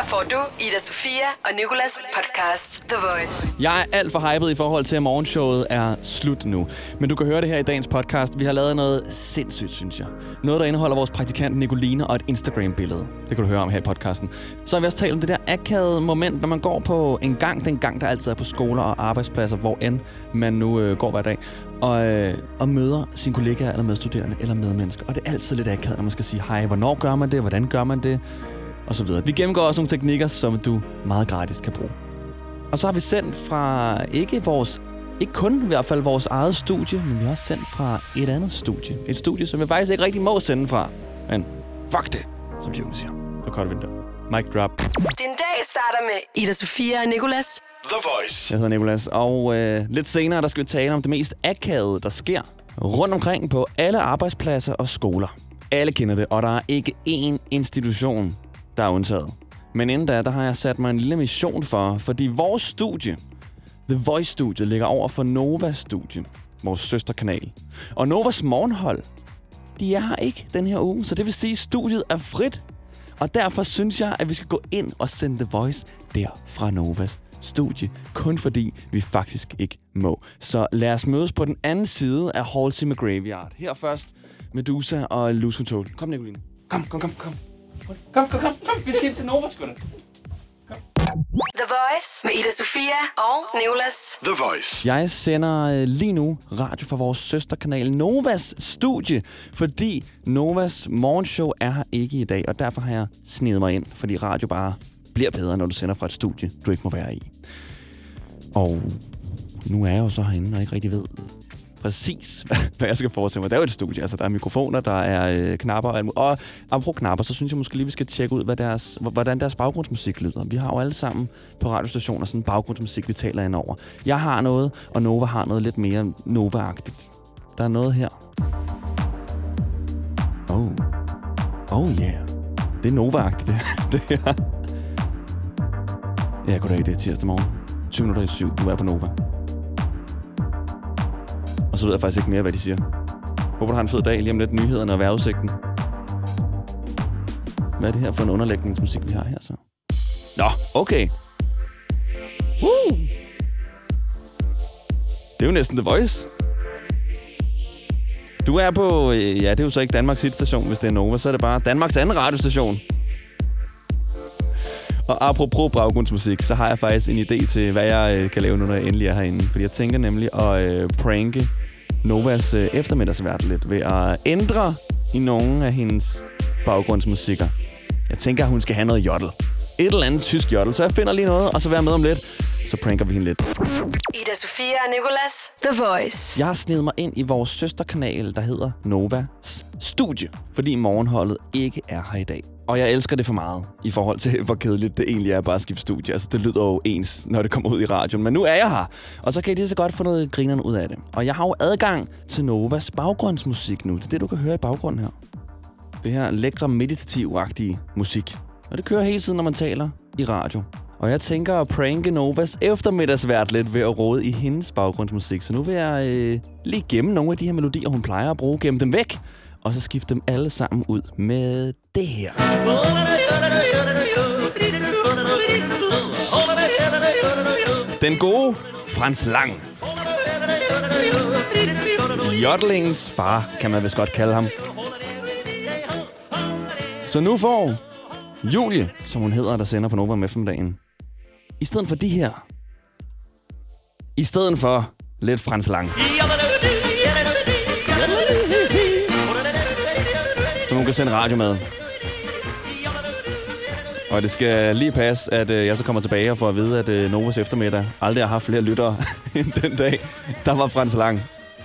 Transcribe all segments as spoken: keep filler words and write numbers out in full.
Her får du Ida Sofia og Nicolas podcast The Voice. Jeg er alt for hyped i forhold til, at morgenshowet er slut nu. Men du kan høre det her i dagens podcast. Vi har lavet noget sindssygt, synes jeg. Noget, der indeholder vores praktikant Nicoline og et Instagram-billede. Det kan du høre om her i podcasten. Så har vi også talt om det der akavede moment, når man går på en gang, den gang, der altid er på skoler og arbejdspladser, hvor end man nu øh, går hver dag. Og, øh, og møder sine kollegaer eller medstuderende eller medmennesker. Og det er altid lidt akavet, når man skal sige hej. Hvornår gør man det? Hvordan gør man det? Og så videre. Vi gennemgår også nogle teknikker, som du meget gratis kan bruge. Og så har vi sendt fra ikke vores, ikke kun i hvert fald vores eget studie, men vi har også sendt fra et andet studie. Et studie, som vi faktisk ikke rigtig må sende fra. Men fuck det, som June siger. Så cutter vi den der. Mic drop. Din dag starter med Ida Sofia og Nicolas. The Voice. Jeg hedder Nicolas, og øh, lidt senere der skal vi tale om det mest akavede, der sker rundt omkring på alle arbejdspladser og skoler. Alle kender det, og der er ikke én institution, der er undtaget. Men inden da, der har jeg sat mig en lille mission for, fordi vores studie, The Voice-studiet, ligger over for Novas studie, vores søsterkanal. Og Novas morgenhold, de er her ikke den her uge, så det vil sige, at studiet er frit. Og derfor synes jeg, at vi skal gå ind og sende The Voice der fra Novas studie, kun fordi vi faktisk ikke må. Så lad os mødes på den anden side af Halsey McGraveyard. Her først Medusa og Lose Control. Kom, Nicoline. Kom, kom, kom, kom. Kom, kom, kom, kom. Vi skal ind til Nova, sgu da. The Voice med Ida Sofia og Nicolas. The Voice. Jeg sender lige nu radio fra vores søsterkanal Novas studie, fordi Novas morgenshow er her ikke i dag, og derfor har jeg snedet mig ind, fordi radio bare bliver bedre, når du sender fra et studie, du ikke må være i. Og nu er jeg jo så herinde og ikke rigtig ved præcis, hvad jeg skal forestille mig. Det er jo et studie. Altså, der er mikrofoner, der er øh, knapper og alt muligt. Og apropos knapper, så synes jeg måske lige, vi skal tjekke ud, hvad deres, hvordan deres baggrundsmusik lyder. Vi har jo alle sammen på radiostationer sådan en baggrundsmusik, vi taler ind over. Jeg har noget, og Nova har noget lidt mere Nova-agtigt. Der er noget her. Oh. Oh yeah. Det er Nova-agtigt, det, det her. Ja, goddag, det er tirsdag morgen. tyve minutter i syv. Du er på Nova. Og så ved jeg faktisk ikke mere, hvad de siger. Håber, du har en fed dag. Lige om lidt nyhederne og vejrudsigten. Hvad er det her for en underlægningsmusik, vi har her så? Nå, okay. Woo! Det er jo næsten The Voice. Du er på... Ja, det er jo så ikke Danmarks hitstation, hvis det er Nova. Så er det bare Danmarks anden radiostation. Og apropos baggrundsmusik, så har jeg faktisk en idé til, hvad jeg øh, kan lave nu, når jeg endelig er herinde. Fordi jeg tænker nemlig at øh, pranke Novas øh, eftermiddagsvært lidt ved at ændre i nogle af hendes baggrundsmusikker. Jeg tænker, at hun skal have noget jodel. Et eller andet tysk jodel. Så jeg finder lige noget, og så være med om lidt. Så pranker vi hende lidt. Ida Sofia og Nicolas. The Voice. Jeg har snedet mig ind i vores søsterkanal, der hedder Novas Studie. Fordi morgenholdet ikke er her i dag. Og jeg elsker det for meget, i forhold til, hvor kedeligt det egentlig er bare at skifte studie. Altså, det lyder jo ens, når det kommer ud i radioen. Men nu er jeg her, og så kan I lige så godt få noget grinerne ud af det. Og jeg har jo adgang til Novas baggrundsmusik nu. Det er det, du kan høre i baggrunden her. Det her lækre, meditativ-agtige musik. Og det kører hele tiden, når man taler i radio. Og jeg tænker at pranke Novas eftermiddagsvært lidt ved at rode i hendes baggrundsmusik. Så nu vil jeg øh, lige gemme nogle af de her melodier, hun plejer at bruge. Gemme dem væk. Og så skifte dem alle sammen ud med det her. Den gode Frans Lang. Jodlingens far, kan man vist godt kalde ham. Så nu får Julie, som hun hedder, der sender på Nova om eftermiddagen, i stedet for de her, i stedet for lidt Frans Lang, som hun kan sende radio med. Og det skal lige passe, at øh, jeg så kommer tilbage og får at vide, at øh, Novas eftermiddag aldrig har haft flere lyttere end den dag, der var Frans Lang.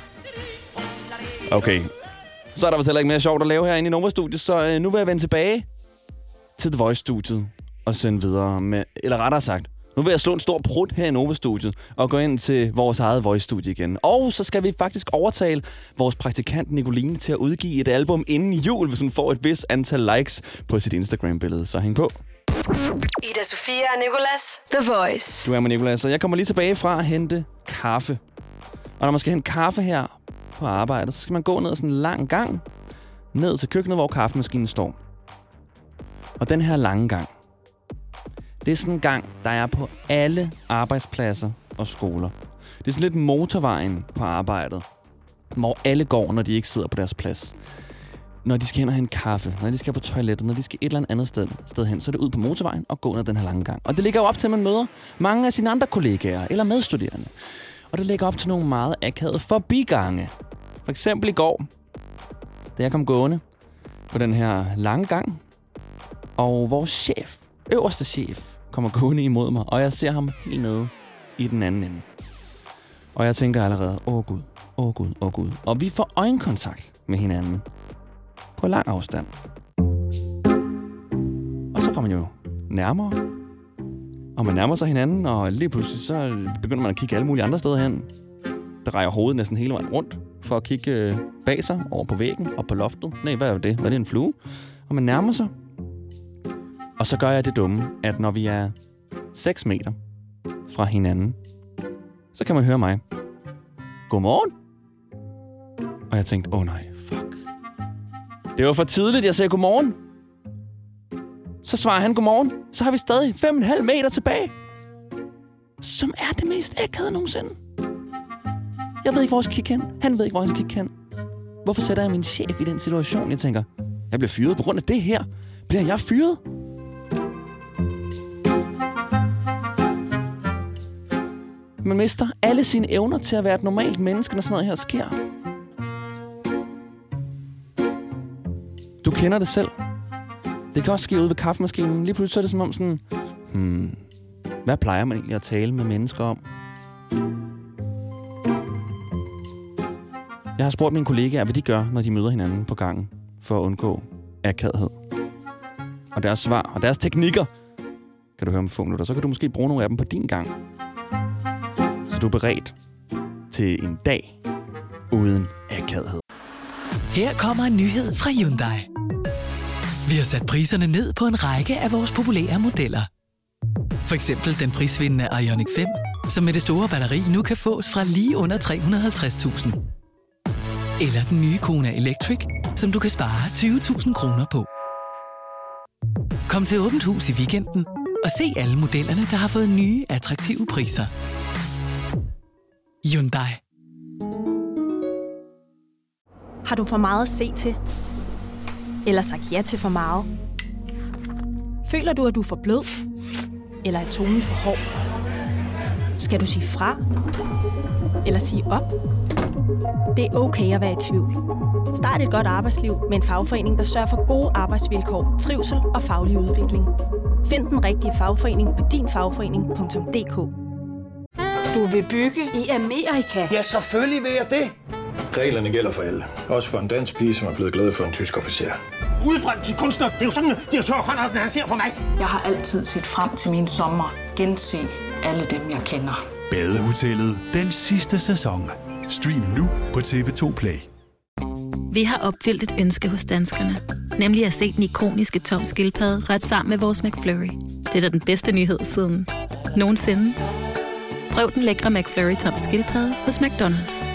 Okay. Så er der vist heller ikke mere sjovt at lave herinde i Nova-studiet, så øh, nu vil jeg vende tilbage til The Voice-studiet og sende videre med, eller rettere sagt, nu vil jeg slå en stor prut her i Nova-studiet og gå ind til vores eget Voice-studie igen. Og så skal vi faktisk overtale vores praktikant Nicoline til at udgive et album inden jul, hvis hun får et vis antal likes på sit Instagram-billede. Så hæng på. Ida Sofia og Nicolas. The Voice. Du er med Nicolas, og jeg kommer lige tilbage fra at hente kaffe. Og når man skal hente kaffe her på arbejdet, så skal man gå ned sådan en lang gang ned til køkkenet, hvor kaffemaskinen står. Og den her lange gang, Det er sådan en gang, der er på alle arbejdspladser og skoler. Det er sådan lidt motorvejen på arbejdet, hvor alle går, når de ikke sidder på deres plads. Når de skal hen og have en kaffe, når de skal på toilettet, når de skal et eller andet sted, sted hen, så er det ud på motorvejen og gå ned den her lange gang. Og det ligger jo op til, at man møder mange af sine andre kollegaer eller medstuderende. Og det ligger op til nogle meget akavede forbigange. For eksempel i går, da jeg kom gående på den her lange gang, og vores chef, øverste chef, kommer gående imod mig, og jeg ser ham helt nede i den anden ende. Og jeg tænker allerede, åh gud, åh gud, åh gud. Og vi får øjenkontakt med hinanden på lang afstand. Og så kommer man jo nærmere. Og man nærmer sig hinanden, og lige pludselig så begynder man at kigge alle mulige andre steder hen. Drejer hovedet næsten hele vejen rundt for at kigge bag sig, over på væggen og på loftet. Nej, hvad er det? Hvad er det, en flue? Og man nærmer sig. Og så gør jeg det dumme, at når vi er seks meter fra hinanden, så kan man høre mig. Godmorgen. Og jeg tænkte, åh oh nej, fuck. Det var for tidligt, jeg sagde godmorgen. Så svarer han godmorgen. Så har vi stadig fem og en halv meter tilbage. Som er det mest akavede nogensinde. Jeg ved ikke, hvor jeg skal kigge hen. Han ved ikke, hvor jeg skal kigge hen. Hvorfor sætter jeg min chef i den situation? Jeg tænker, jeg bliver fyret på grund af det her. Bliver jeg fyret? Man mister alle sine evner til at være et normalt menneske, når sådan noget her sker. Du kender det selv. Det kan også ske ude ved kaffemaskinen. Lige pludselig så er det som om sådan, hmm, hvad plejer man egentlig at tale med mennesker om? Jeg har spurgt mine kollegaer, hvad de gør, når de møder hinanden på gangen, for at undgå akavhed. Og deres svar og deres teknikker kan du høre om få minutter. Så kan du måske bruge nogle af dem på din gang. Så du er beredt til en dag uden akavhed. Her kommer en nyhed fra Hyundai. Vi har sat priserne ned på en række af vores populære modeller. For eksempel den prisvindende Ioniq fem, som med det store batteri nu kan fås fra lige under tre hundrede og halvtreds tusind. Eller den nye Kona Electric, som du kan spare tyve tusind kroner på. Kom til Åbent Hus i weekenden og se alle modellerne, der har fået nye, attraktive priser. Hyundai. Har du for meget at se til? Eller sagt ja til for meget? Føler du, at du er for blød? Eller er tonen for hård? Skal du sige fra? Eller sige op? Det er okay at være i tvivl. Start et godt arbejdsliv med en fagforening, der sørger for gode arbejdsvilkår, trivsel og faglig udvikling. Find den rigtige fagforening på din fagforening punktum d k. Du vil bygge i Amerika? Ja, selvfølgelig vil jeg det. Reglerne gælder for alle. Også for en dansk pige, som er blevet glad for en tysk officer. Udbrændt til kunstner. Det er jo sådan, at de har tørt, han ser på mig. Jeg har altid set frem til min sommer. Gense alle dem, jeg kender. Badehotellet den sidste sæson. Stream nu på T V to Play. Vi har opfyldt et ønske hos danskerne. Nemlig at se den ikoniske Tom Skildpadde ret sammen med vores McFlurry. Det er da den bedste nyhed siden nogensinde. Prøv den lækre McFlurry Tom Skildpadde hos McDonald's.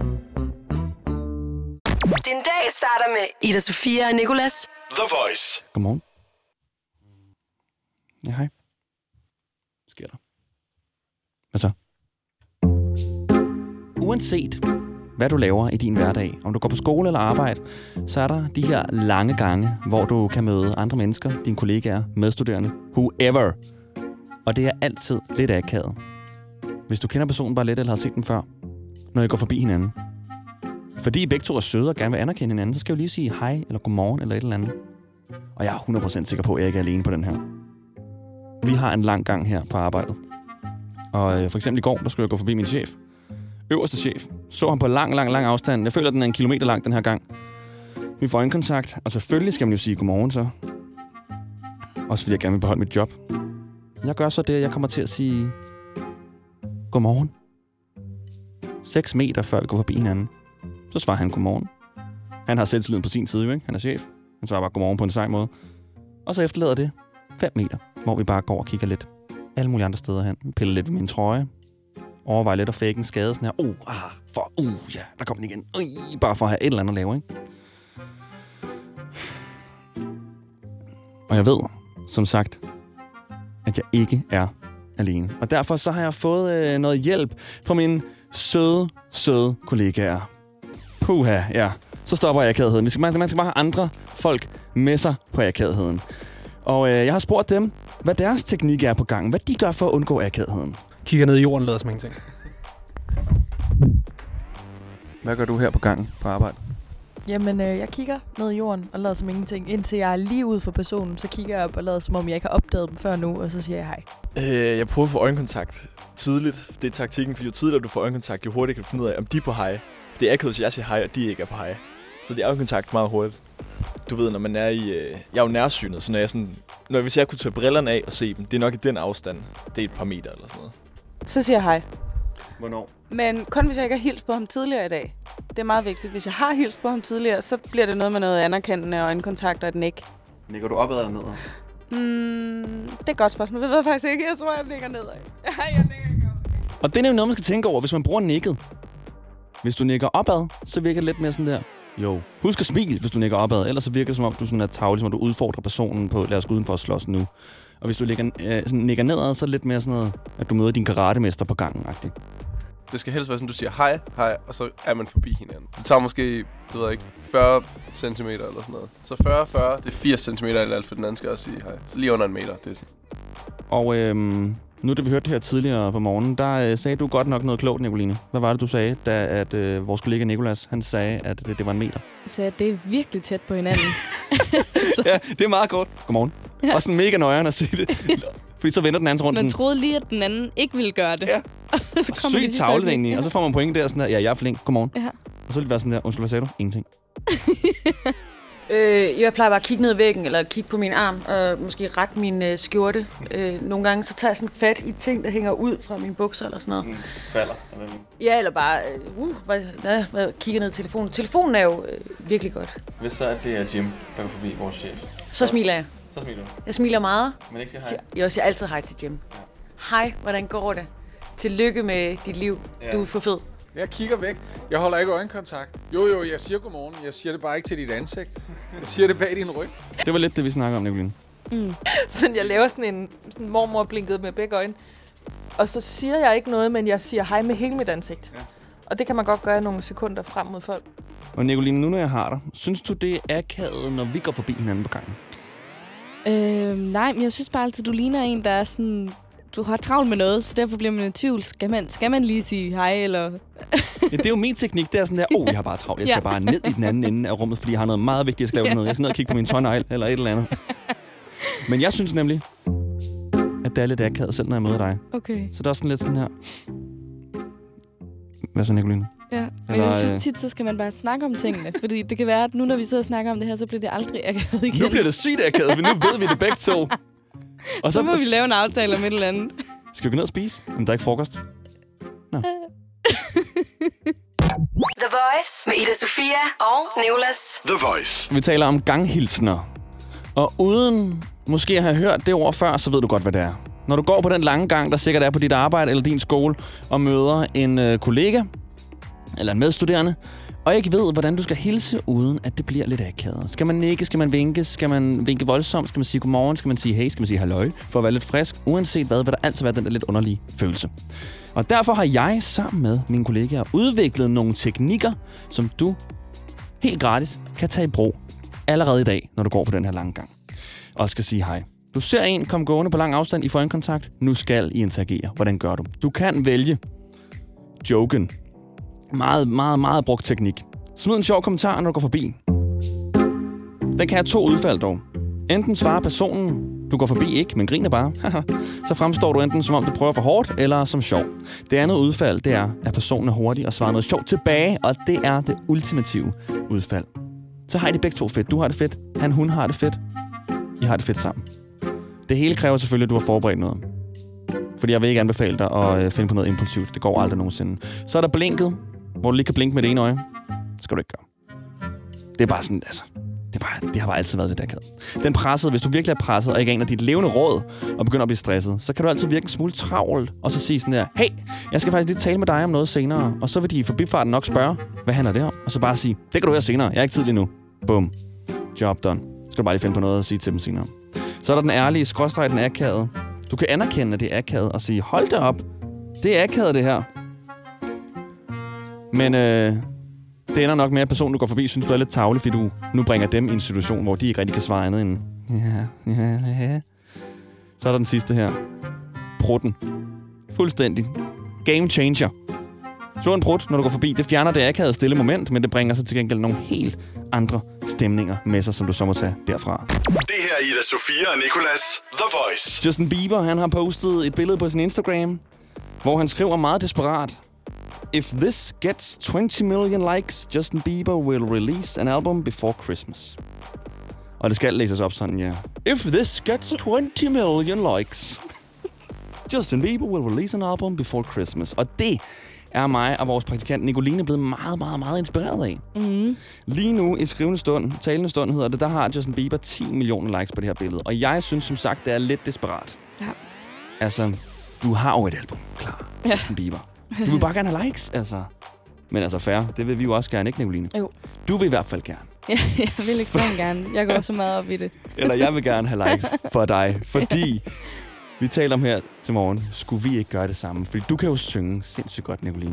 Den dag starter med Ida Sofia og Nicolas. The Voice. Godmorgen. Ja, hej. Hvad sker der? Hvad så? Uanset hvad du laver i din hverdag, om du går på skole eller arbejde, så er der de her lange gange, hvor du kan møde andre mennesker, dine kollegaer, medstuderende, whoever. Og det er altid lidt akavet. Hvis du kender personen bare lidt eller har set den før, når I går forbi hinanden. Fordi I begge to er søde og gerne vil anerkende hinanden, så skal jeg jo lige sige hej eller godmorgen eller et eller andet. Og jeg er hundrede procent sikker på, at jeg ikke er alene på den her. Vi har en lang gang her på arbejdet. Og øh, for eksempel i går, der skulle jeg gå forbi min chef. Øverste chef. Så ham på lang, lang, lang afstand. Jeg føler, at den er en kilometer lang den her gang. Vi får øjenkontakt, og selvfølgelig skal man jo sige godmorgen så. Også fordi jeg gerne vil beholde mit job. Jeg gør så det, at jeg kommer til at sige godmorgen. Seks meter før vi går forbi hinanden. Så svarer han godmorgen. Han har selvtilliden på sin side, jo, ikke? Han er chef. Han svarer bare godmorgen på en sej måde. Og så efterlader det fem meter, hvor vi bare går og kigger lidt alle mulige andre steder hen. Piller lidt ved min trøje. Overvejer lidt at fake en skade. Sådan her, uh, ah, for, uh, ja, der kommer den igen. Uh, bare for at have et eller andet at lave, ikke? Og jeg ved, som sagt, at jeg ikke er alene. Og derfor så har jeg fået øh, noget hjælp fra mine søde, søde kollegaer. Puha, ja. Så stopper akavigheden. Man skal, man skal bare have andre folk med sig på akavigheden. Og øh, jeg har spurgt dem, hvad deres teknik er på gang. Hvad de gør for at undgå akavigheden. Kigger ned i jorden, lader som ingenting. Hvad gør du her på gangen på arbejde? Jamen, øh, jeg kigger ned i jorden og lader som ingenting. Indtil jeg er lige ude for personen, så kigger jeg op og lader som om, jeg ikke har opdaget dem før nu, og så siger jeg hej. Øh, jeg prøver at få øjenkontakt tidligt. Det er taktikken, for jo tidligere du får øjenkontakt, jo hurtigere kan du finde ud af, om de er på hej. For det er akavet, hvis jeg siger hej, og de ikke er på hej. Så det er øjenkontakt meget hurtigt. Du ved, når man er i... Øh, jeg er jo nærsynet, så når jeg sådan... Når hvis jeg kunne tage brillerne af og se dem, det er nok i den afstand. Det er et par meter eller sådan noget. Så siger jeg hej. Hvornår? Men kun hvis jeg ikke har hilst på ham tidligere i dag. Det er meget vigtigt. Hvis jeg har hilst på ham tidligere, så bliver det noget med noget anerkendende og øjenkontakt og et nik. Nikker du opad eller nedad? Mm, det er et godt spørgsmål. Det ved jeg faktisk ikke. Jeg tror, jeg nikker nedad. Ja, jeg nikker ikke opad. Og det er nemlig noget, man skal tænke over, hvis man bruger nikket. Hvis du nikker opad, så virker det lidt mere sådan der. Jo. Husk at smile, hvis du nikker opad. Ellers så virker det, som om du sådan er tavlig, som om du udfordrer personen på, lad os gå udenfor at slås nu. Og hvis du ligger, øh, sådan, nikker nedad, så er det lidt mere sådan noget, at du møder din karatemester på gangen-agtigt. Det skal helst være sådan, du siger hej, hej, og så er man forbi hinanden. Det tager måske, det ved jeg ikke, fyrre centimeter eller sådan noget. Så fyrre, fyrre, det er firs centimeter eller alt, for den anden skal også sige hej. Så lige under en meter, det er sådan. Og øhm, nu da vi hørte det her tidligere på morgenen, der øh, sagde du godt nok noget klogt, Nicoline. Hvad var det, du sagde, da at, øh, vores kollega Nicolas, han sagde, at det, det var en meter? Jeg sagde, at det er virkelig tæt på hinanden. Ja, det er meget godt. Godmorgen. Ja. Og sådan mega nøjeren at sige det. Fordi så vender den anden rundt. Man troede lige, at den anden ikke ville gøre det. Ja. så sygt tavlet egentlig. Og så får man point der sådan der, ja, jeg er flink. Godmorgen. Ja. Og så vil det være sådan der, undskyld, hvad sagde du? Ingenting. øh, jeg plejer bare at kigge ned i væggen, eller kigge på min arm, og måske rette min øh, skjorte. Øh, nogle gange så tager jeg sådan fat i ting, der hænger ud fra mine bukser eller sådan noget. Mm, falder. Ja, eller bare, øh, uh, hvad, hvad, hvad, kigger ned i telefonen. Telefonen er jo øh, virkelig godt. Hvis så er det er Jim, der går forbi vores chef. Så smiler jeg. Så smiler du? Jeg smiler meget. Men ikke siger hej? Jeg siger altid hej til Jim. Ja. Hej, hvordan går det? Tillykke med dit liv. Ja. Du er for fed. Jeg kigger væk. Jeg holder ikke øjenkontakt. Jo, jo, jeg siger godmorgen. Jeg siger det bare ikke til dit ansigt. Jeg siger det bag din ryg. Det var lidt det, vi snakker om, Nicoline. Mm. Sådan, jeg laver sådan en sådan mormor blinket med begge øjne. Og så siger jeg ikke noget, men jeg siger hej med hele mit ansigt. Ja. Og det kan man godt gøre nogle sekunder frem mod folk. Og Nicoline, nu når jeg har dig, synes du, det er akavet, når vi går forbi hinanden på gangen? Øh, nej, men jeg synes bare altid, du ligner en, der er sådan... Du har travlt med noget, så derfor bliver man i tvivl. Skal man, skal man lige sige hej, eller... Ja, det er jo min teknik. Det er sådan der, åh, oh, jeg har bare travlt. Jeg skal ja. bare ned i den anden ende af rummet, fordi jeg har noget meget vigtigt, jeg skal lave ja. noget. Jeg skal ned og kigge på min tårnegl, eller et eller andet. Men jeg synes nemlig, at det er lidt akavet, selv når jeg møder dig. Okay. Så det er også sådan lidt sådan her... Hvad så, Nicoline? Ja, men eller, jeg synes tit, så skal man bare snakke om tingene. Fordi det kan være, at nu når vi sidder og snakker om det her, så bliver det aldrig akavet igen. Nu bliver det sygt akavet, for nu ved vi det begge to. Og så, så må vi lave en aftale om et eller andet. Skal vi gå ned og spise? Men der er ikke frokost. Nå. The Voice med Ida Sofia og Nicolas. The Voice. Vi taler om ganghilsner. Og uden måske at have hørt det ord før, så ved du godt, hvad det er. Når du går på den lange gang, der sikkert er på dit arbejde eller din skole, og møder en øh, kollega eller en medstuderende, og ikke ved, hvordan du skal hilse, uden at det bliver lidt akavet. Skal man nikke? Skal man vinke? Skal man vinke voldsomt? Skal man sige godmorgen? Skal man sige hey? Skal man sige halløj? For at være lidt frisk. Uanset hvad, vil der altid være den der lidt underlige følelse. Og derfor har jeg sammen med mine kollegaer udviklet nogle teknikker, som du helt gratis kan tage i brug allerede i dag, når du går på den her lange gang. Og skal sige hej. Du ser en komme gående på lang afstand i øjenkontakt. Nu skal I interagere. Hvordan gør du? Du kan vælge joken. Meget, meget, meget brugt teknik. Smid en sjov kommentar, når du går forbi. Den kan have to udfald dog. Enten svarer personen, du går forbi ikke, men griner bare. Så fremstår du enten som om du prøver for hårdt, eller som sjov. Det andet udfald, det er, at personen er hurtig og svarer noget sjovt tilbage, og det er det ultimative udfald. Så har I det begge to fedt. Du har det fedt. Han, hun har det fedt. I har det fedt sammen. Det hele kræver selvfølgelig, at du har forberedt noget. Fordi jeg vil ikke anbefale dig at finde på noget impulsivt. Det går aldrig nogensinde. Så er der blinket, hvor du lige kan blinke med det ene øje. Det skal du ikke gøre. Det er bare sådan, altså... Det, bare, det har bare altid været lidt akavet. Den pressede, hvis du virkelig er presset, og ikke aner dit levende råd, og begynder at blive stresset, så kan du altid virke en smule travlt, og så sige sådan der, hey, jeg skal faktisk lige tale med dig om noget senere, og så vil de i forbifarten nok spørge, hvad handler det om? Og så bare sige, det kan du høre senere, jeg er ikke tid lige nu. Bum. Job done. Så skal du bare lige finde på noget at sige til dem senere. Så er der den ærlige, skråstreg den akavede. Du kan anerkende, at det er akavet, og sige, hold da op, det er akavet, det her. Men øh, det ender nok med, at personen, du går forbi, synes, du er lidt tarvelig, fordi du nu bringer dem i en situation, hvor de ikke rigtig kan svare andet end... Ja, ja, ja. Så er der den sidste her. Prutten. Fuldstændig. Game changer. Slå en prut, når du går forbi. Det fjerner det akavede stille moment, men det bringer så til gengæld nogle helt andre stemninger med sig, som du så må tage derfra. Det her er Ida Sofia og Nicolas, The Voice. Justin Bieber, han har postet et billede på sin Instagram, hvor han skriver meget desperat. If this gets twenty million likes, Justin Bieber will release an album before Christmas. Og det skal læses op sådan, ja. If this gets twenty million likes, Justin Bieber will release an album before Christmas. Og det er mig og vores praktikant Nicoline blevet meget, meget, meget inspireret af. Mm. Lige nu i skrivende stund, talende stund hedder det, der har Justin Bieber ti millioner likes på det her billede. Og jeg synes som sagt, det er lidt desperat. Ja. Altså, du har jo et album klar, ja. Justin Bieber. Du vil bare gerne have likes, altså. Men altså fair, det vil vi jo også gerne, ikke Nicoline? Jo. Du vil i hvert fald gerne. Ja, jeg vil ekstremt gerne. Jeg går så meget op i det. Eller jeg vil gerne have likes for dig, fordi vi taler om her til morgen, skulle vi ikke gøre det samme? Fordi du kan jo synge sindssygt godt, Nicoline.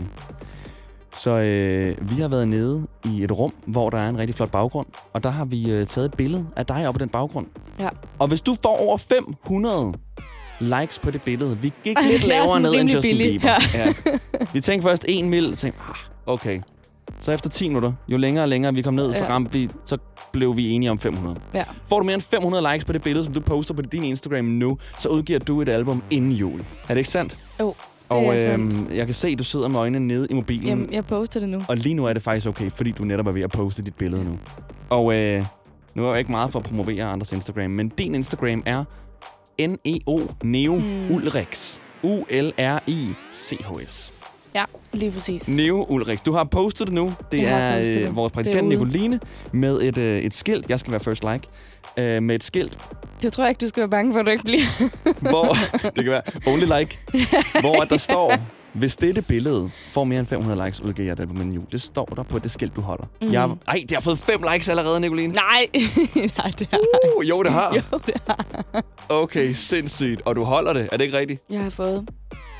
Så øh, vi har været nede i et rum, hvor der er en rigtig flot baggrund, og der har vi øh, taget et billede af dig op på den baggrund. Ja. Og hvis du får over fem hundrede likes på det billede, vi gik lidt Ej, lavere ned end Justin billig. Bieber. Ja. Ja. Vi tænkte først en mil, og tænkte, ah, okay. Så efter ti minutter, jo længere og længere vi kom ned, ja. så ramte vi, så blev vi enige om fem hundrede. Ja. Får du mere end fem hundrede likes på det billede, som du poster på din Instagram nu, så udgiver du et album inden jul. Er det ikke sandt? Jo, det og er øhm, sandt. jeg kan se, at du sidder med øjnene nede i mobilen. Jamen, jeg poster det nu. Og lige nu er det faktisk okay, fordi du netop er ved at poste dit billede nu. Og øh, nu er jeg ikke meget for at promovere andres Instagram, men din Instagram er N E O Neo mm. Ulrix. U L R I C H S. Ja, lige præcis. Neo Ulrix. Du har postet det nu. Det jeg er det. øh, vores praktikant Nicoline med et, øh, et skilt. Jeg skal være first like. Øh, med et skilt. Det tror jeg ikke, du skal være bange for, at du ikke bliver. Hvor, det kan være only like. Hvor der står, hvis dette billede får mere end fem hundrede likes, udgiver jeg det på min jul. Det står der på det skilt, du holder. Mm. Jeg, ej, det har fået fem likes allerede, Nicoline. Nej, nej, det har uh, Jo, det har. Jo, det har. Okay, sindssygt. Og du holder det. Er det ikke rigtigt? Jeg har fået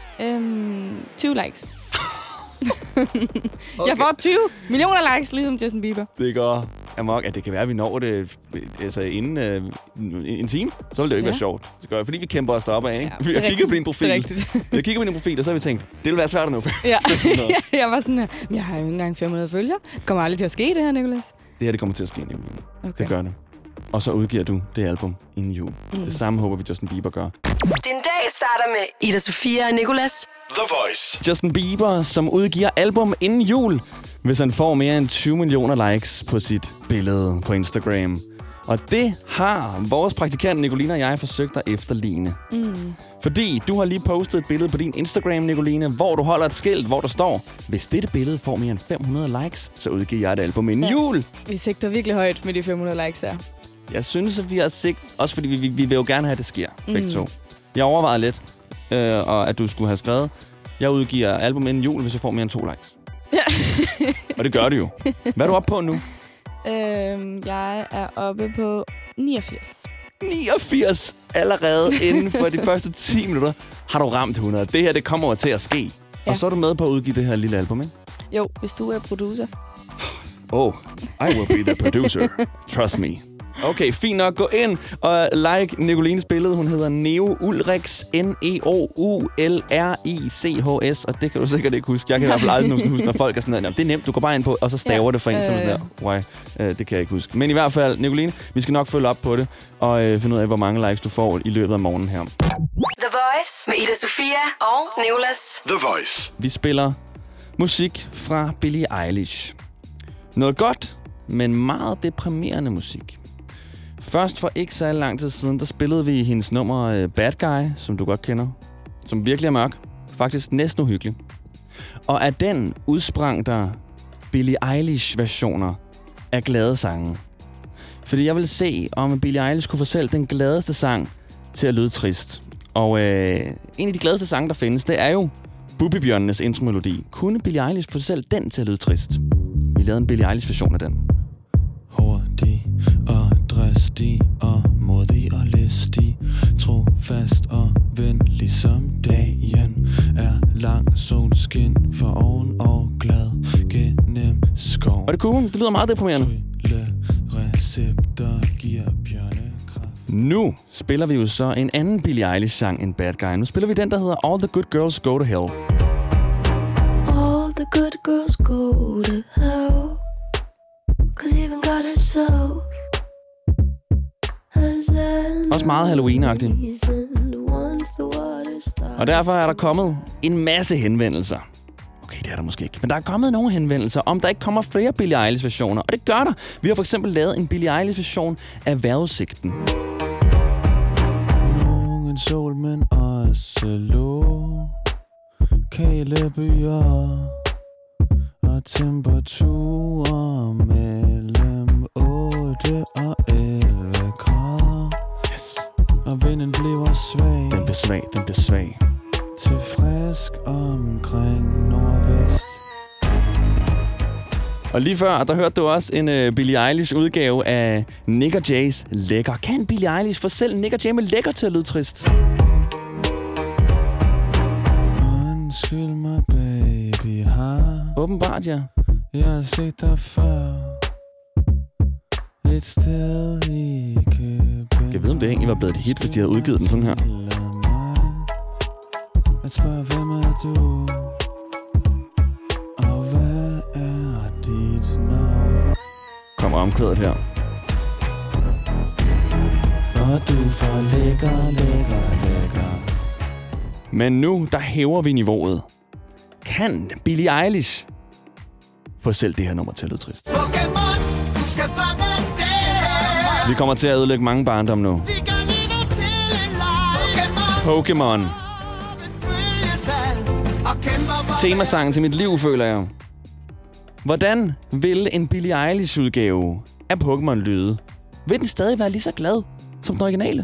øhm, tyve likes. Okay. Jeg får tyve millioner likes, ligesom Justin Bieber. Det går amok, at det kan være, at vi når det altså inden øh, en time. Så vil det jo ikke ja. være sjovt. Det gør, fordi vi kæmper os deroppe af, ikke? Ja, vi har kigget på din profil. Vi har kigget på din profil, og så har vi tænkt, det vil være svært at nå. Ja. Jeg var sådan her, jeg har jo ikke engang fem hundrede følgere. Kommer aldrig til at ske det her, Nicolas? Det her, det kommer til at ske, Nicolas. Okay. Det gør det. Og så udgiver du det album inden jul. Mm. Det samme håber vi, Justin Bieber gør. Den dag starter med Ida Sofia og Nicolas. The Voice. Justin Bieber, som udgiver album inden jul, hvis han får mere end tyve millioner likes på sit billede på Instagram. Og det har vores praktikant Nicoline og jeg forsøgt at efterligne. Mm. Fordi du har lige postet et billede på din Instagram, Nicoline, hvor du holder et skilt, hvor der står, hvis dette billede får mere end fem hundrede likes, så udgiver jeg et album inden ja. jul. Vi sigter virkelig højt med de fem hundrede likes her. Jeg synes, at vi har sigt, også fordi vi, vi, vi vil jo gerne have, at det sker, mm. begge to. Jeg overvejede lidt, øh, og at du skulle have skrevet, jeg udgiver album inden jul, hvis jeg får mere end to likes. Og det gør du jo. Hvad er du oppe på nu? Øhm, jeg er oppe på niogfirs. niogfirs allerede inden for de første ti minutter har du ramt hundrede. Det her, det kommer til at ske. Ja. Og så er du med på at udgive det her lille album, ikke? Jo, hvis du er producer. Oh, I will be the producer. Trust me. Okay, fint nok. Gå ind og like Nicolines billede. Hun hedder Neo Ulrix. N E O U L R I C H S. Og det kan du sikkert ikke huske. Jeg kan i hvert fald aldrig nogensinde huske, når folk er sådan der. Det er nemt. Du går bare ind på, og så staver ja, det for en, øh, som sådan der. Why? Uh, det kan jeg ikke huske. Men i hvert fald, Nicoline, vi skal nok følge op på det. Og uh, finde ud af, hvor mange likes du får i løbet af morgenen her. The Voice med Ida Sofia og Nicolas. The Voice. Vi spiller musik fra Billie Eilish. Noget godt, men meget deprimerende musik. Først for ikke så lang tid siden, der spillede vi hendes nummer uh, Bad Guy, som du godt kender. Som virkelig er mørk. Faktisk næsten uhyggelig. Og af den udsprang der Billie Eilish-versioner af glade sange. Fordi jeg ville se, om Billie Eilish kunne få selv den gladeste sang til at lyde trist. Og øh, en af de gladeste sange, der findes, det er jo Bubbibjørnenes intromelodi. Kunne Billie Eilish få selv den til at lyde trist? Vi lavede en Billie Eilish-version af den. Hurtig og dristig og modig og listig, trofast og ven det cool? Det lyder meget deprimerende. Nu spiller vi jo så en anden Billie Eilish-sang end Bad Guy. Nu spiller vi den, der hedder All the Good Girls Go to Hell. All the good girls go to hell, 'cause even God herself has an også meget Halloween-agtigt. Og derfor er der kommet en masse henvendelser. Okay, det er der måske ikke. Men der er kommet nogle henvendelser, om der ikke kommer flere Billie Eilish-versioner. Og det gør der. Vi har for eksempel lavet en Billie Eilish-version af Vejrudsigten. Nogen sol, men også lå. Kælebyer og temperaturer mellem otte og elleve grader. Yes. Og vinden bliver svag. Den bliver svag, den bliver svag. Til frisk omkring nordvest. Og lige før, der hørte du også en uh, Billie Eilish udgave af Nick og Jays Lækker. Kan Billie Eilish få selv Nick og Jay med Lækker til at lyde trist? Undskyld mig, baby, har åbenbart, ja. Jeg har set dig før. Et sted i København. Jeg ved, om det egentlig var blevet et hit, hvis de havde udgivet den sådan her. Jeg spørger, hvem er du? Og hvad er dit navn? Kommer omkvædet her. For du får lækker, lækker, lækker. Men nu, der hæver vi niveauet. Kan Billie Eilish få selv det her nummer til at lyde trist? Vi kommer til at ødelægge mange barndom nu. Pokémon. Temasangen til mit liv, føler jeg. Hvordan vil en Billie Eilish-udgave af Pokémon lyde? Vil den stadig være lige så glad som den originale?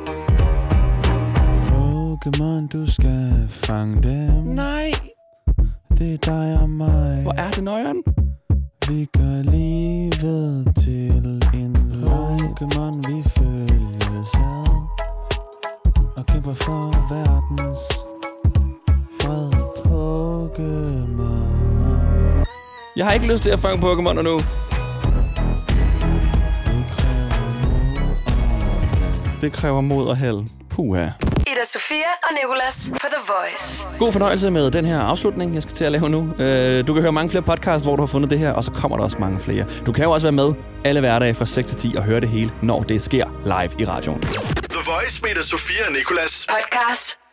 Pokémon, du skal fange dem. Nej. Det er dig og mig. Hvor er det nøjeren? Vi gør livet til en Pokémon, vi følges ad og kæmper for verdens fred. Pokémon. Jeg har ikke lyst til at fange Pokémon nu. Det kræver mod og held. Puha. Ida Sofia og Nicolas på The Voice. God fornøjelse med den her afslutning, jeg skal til at lave nu. Du kan høre mange flere podcasts, hvor du har fundet det her, og så kommer der også mange flere. Du kan jo også være med alle hverdage fra seks til ti og høre det hele, når det sker live i radioen. The Voice med Ida Sofia og Nicolas. Podcast.